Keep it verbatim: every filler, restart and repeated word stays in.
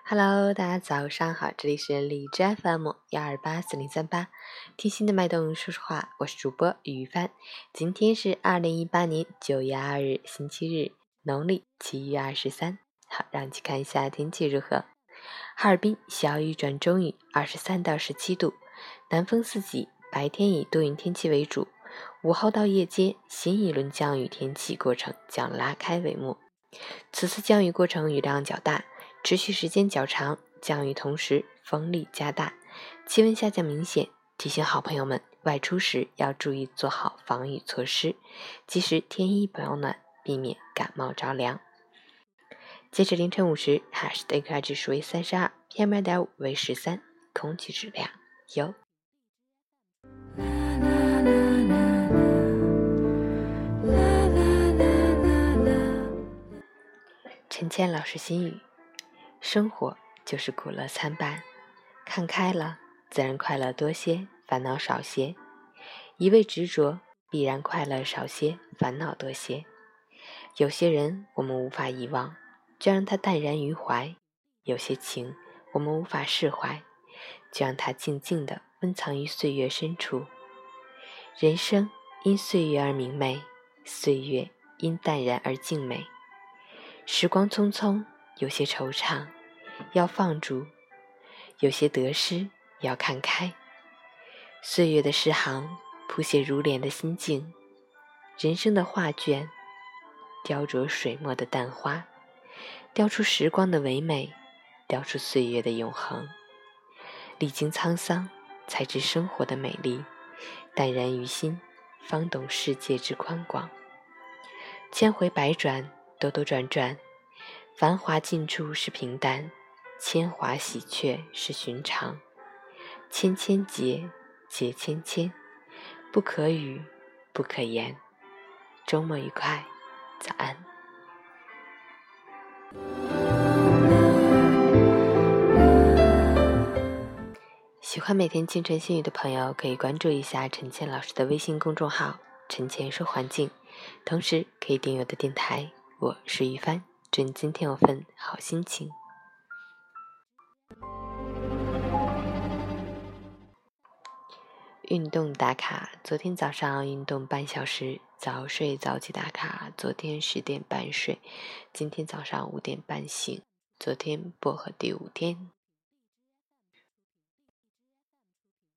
Hello，大家早上好，这里是荔枝 F M 幺二八四零三八，听心的脉动说说话，我是主播于帆。今天是二零一八年九月二日，星期日，农历七月二十三。好，让我们去看一下天气如何。哈尔滨小雨转中雨，二十三到十七度，南风四级，白天以多云天气为主，午后到夜间，新一轮降雨天气过程将拉开帷幕。此次降雨过程雨量较大，持续时间较长，降雨同时风力加大，气温下降明显，提醒好朋友们外出时要注意做好防雨措施，及时添衣保暖，避免感冒着凉。截止凌晨五时，哈市的 A Q I 指数为三十二 ，P M 二点五 为十三，空气质量优。陈谦老师心语：生活就是苦乐参半，看开了，自然快乐多些，烦恼少些；一味执着，必然快乐少些，烦恼多些。有些人我们无法遗忘，就让它淡然于怀；有些情我们无法释怀，就让它静静地温藏于岁月深处。人生因岁月而明媚，岁月因淡然而静美。时光匆匆，有些惆怅要放逐，有些得失要看开。岁月的诗行谱写如莲的心境，人生的画卷雕琢水墨的淡花，雕出时光的唯美，雕出岁月的永恒。历经沧桑，才知生活的美丽，淡然于心，方懂世界之宽广。千回百转，兜兜转转，繁华尽处是平淡，铅华喜鹊是寻常。千千结，结千千，不可语，不可言。周末愉快，早安。喜欢每天清晨心语的朋友，可以关注一下陈倩老师的微信公众号陈倩说环境，同时可以订阅我的电台。我是于帆，祝你今天有份好心情。运动打卡，昨天早上运动半小时，早睡早起打卡，昨天十点半睡，今天早上五点半醒，昨天薄荷第五天。